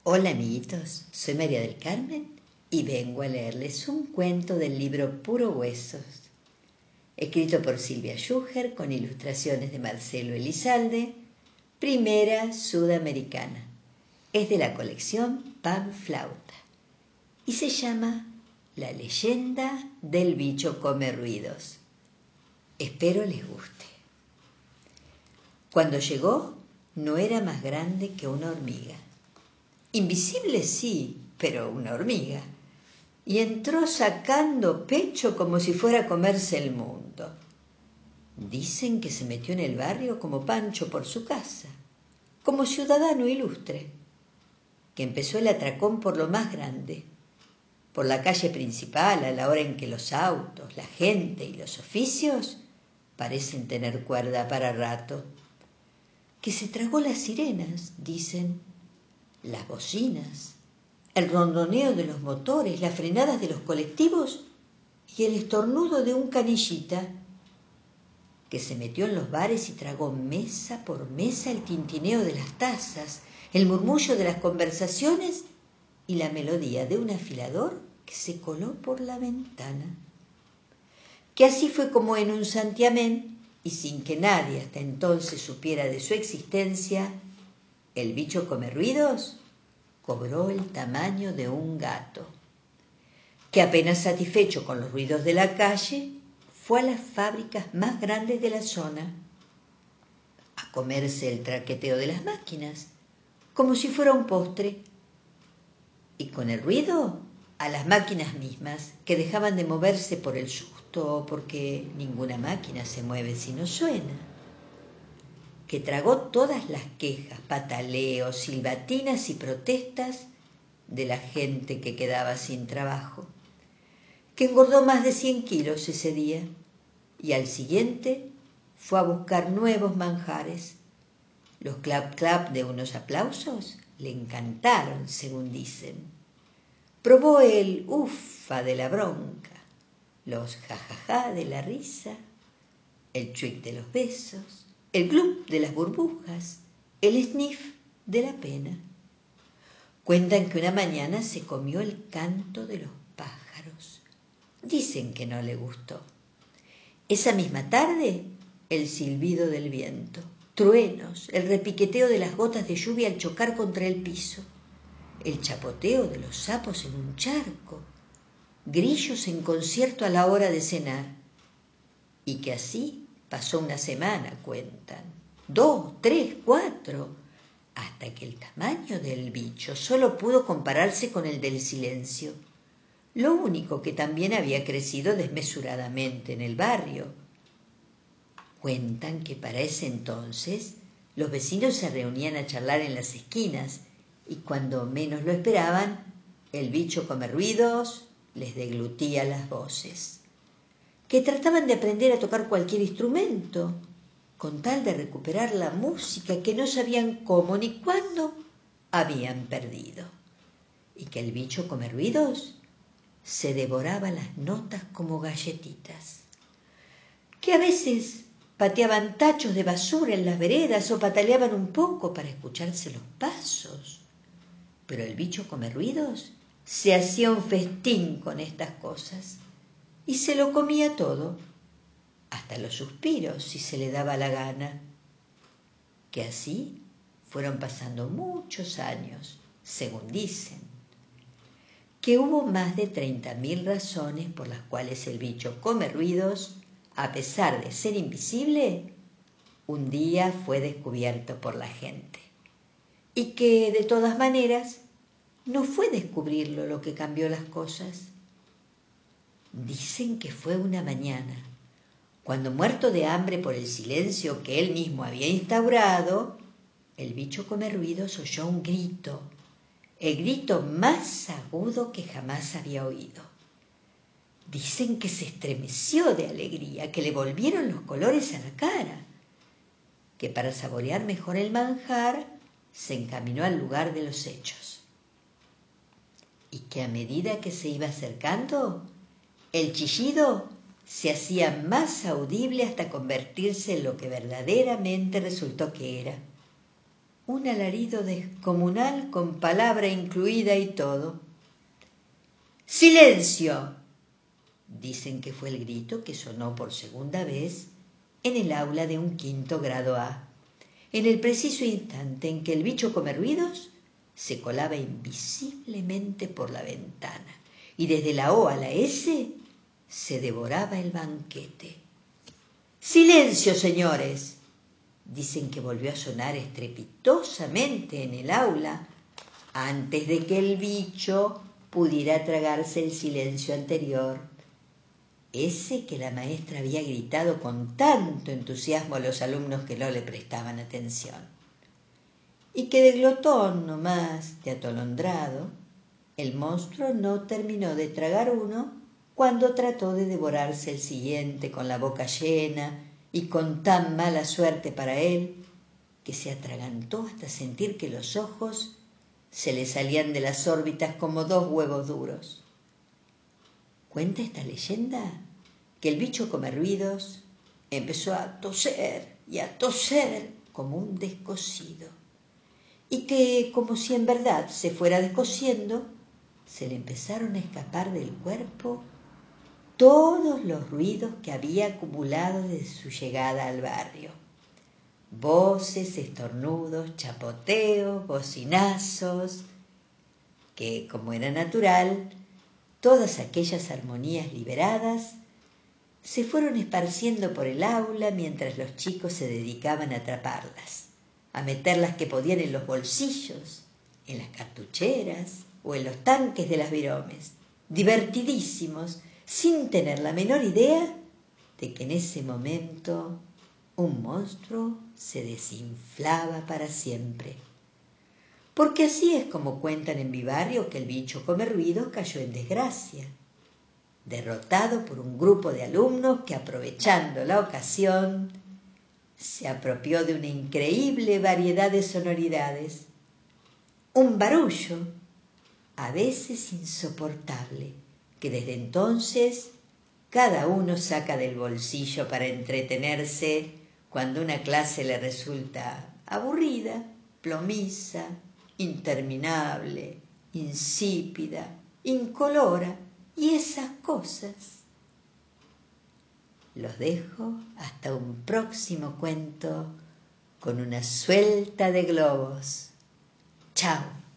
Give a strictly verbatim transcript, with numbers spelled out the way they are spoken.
Hola amiguitos, soy María del Carmen y vengo a leerles un cuento del libro Puro Huesos, escrito por Silvia Schuher con ilustraciones de Marcelo Elizalde, primera sudamericana. Es de la colección Pan Flauta y se llama La leyenda del bicho come ruidos. Espero les guste. Cuando llegó, no era más grande que una hormiga. Invisible sí, pero una hormiga. Y entró sacando pecho como si fuera a comerse el mundo. Dicen que se metió en el barrio como Pancho por su casa, como ciudadano ilustre, que empezó el atracón por lo más grande, por la calle principal a la hora en que los autos, la gente y los oficios parecen tener cuerda para rato, que se tragó las sirenas, dicen, las bocinas, el rondoneo de los motores, las frenadas de los colectivos y el estornudo de un canillita, que se metió en los bares y tragó mesa por mesa el tintineo de las tazas, el murmullo de las conversaciones y la melodía de un afilador que se coló por la ventana. Que así fue como en un santiamén, y sin que nadie hasta entonces supiera de su existencia, el bicho come ruidos cobró el tamaño de un gato, que apenas satisfecho con los ruidos de la calle, fue a las fábricas más grandes de la zona, a comerse el traqueteo de las máquinas, como si fuera un postre, y con el ruido a las máquinas mismas, que dejaban de moverse por el susto, porque ninguna máquina se mueve si no suena, que tragó todas las quejas, pataleos, silbatinas y protestas de la gente que quedaba sin trabajo, que engordó más de cien kilos ese día y al siguiente fue a buscar nuevos manjares. Los clap clap de unos aplausos le encantaron, según dicen. Probó el ufa de la bronca, los jajaja de la risa, el chuic de los besos, el glup de las burbujas, el sniff de la pena. Cuentan que una mañana se comió el canto de los pájaros. Dicen que no le gustó. Esa misma tarde, el silbido del viento, truenos, el repiqueteo de las gotas de lluvia al chocar contra el piso, el chapoteo de los sapos en un charco, grillos en concierto a la hora de cenar. Y que así pasó una semana, cuentan, dos, tres, cuatro, hasta que el tamaño del bicho solo pudo compararse con el del silencio, lo único que también había crecido desmesuradamente en el barrio. Cuentan que para ese entonces los vecinos se reunían a charlar en las esquinas y cuando menos lo esperaban, el bicho come ruidos les deglutía las voces, que trataban de aprender a tocar cualquier instrumento, con tal de recuperar la música que no sabían cómo ni cuándo habían perdido, y que el bicho come ruidos se devoraba las notas como galletitas, que a veces pateaban tachos de basura en las veredas o pataleaban un poco para escucharse los pasos, pero el bicho come ruidos se hacía un festín con estas cosas y se lo comía todo, hasta los suspiros si se le daba la gana. Que así fueron pasando muchos años, según dicen, que hubo más de treinta mil razones por las cuales el bicho come ruidos, a pesar de ser invisible, un día fue descubierto por la gente, y que de todas maneras no fue descubrirlo lo que cambió las cosas. Dicen que fue una mañana, cuando muerto de hambre por el silencio que él mismo había instaurado, el bicho come ruidos oyó un grito, el grito más agudo que jamás había oído. Dicen que se estremeció de alegría, que le volvieron los colores a la cara, que para saborear mejor el manjar se encaminó al lugar de los hechos, y que a medida que se iba acercando, el chillido se hacía más audible hasta convertirse en lo que verdaderamente resultó que era, un alarido descomunal con palabra incluida y todo. ¡Silencio!, dicen que fue el grito que sonó por segunda vez en el aula de un quinto grado A, en el preciso instante en que el bicho comeruidos se colaba invisiblemente por la ventana y desde la O a la S se devoraba el banquete. ¡Silencio, señores!, dicen que volvió a sonar estrepitosamente en el aula antes de que el bicho pudiera tragarse el silencio anterior, ese que la maestra había gritado con tanto entusiasmo a los alumnos que no le prestaban atención, y que de glotón nomás, de atolondrado, el monstruo no terminó de tragar uno cuando trató de devorarse el siguiente con la boca llena y con tan mala suerte para él que se atragantó hasta sentir que los ojos se le salían de las órbitas como dos huevos duros. Cuenta esta leyenda que el bicho comeruidos empezó a toser y a toser como un descosido, y que, como si en verdad se fuera descosiendo, se le empezaron a escapar del cuerpo todos los ruidos que había acumulado desde su llegada al barrio. Voces, estornudos, chapoteos, bocinazos, que, como era natural, todas aquellas armonías liberadas se fueron esparciendo por el aula mientras los chicos se dedicaban a atraparlas, a meter las que podían en los bolsillos, en las cartucheras o en los tanques de las viromes, divertidísimos, sin tener la menor idea de que en ese momento un monstruo se desinflaba para siempre. Porque así es como cuentan en mi barrio que el bicho comeruidos cayó en desgracia, derrotado por un grupo de alumnos que, aprovechando la ocasión, se apropió de una increíble variedad de sonoridades, un barullo a veces insoportable, que desde entonces cada uno saca del bolsillo para entretenerse cuando una clase le resulta aburrida, plomiza, interminable, insípida, incolora y esas cosas. Los dejo hasta un próximo cuento con una suelta de globos. Chao.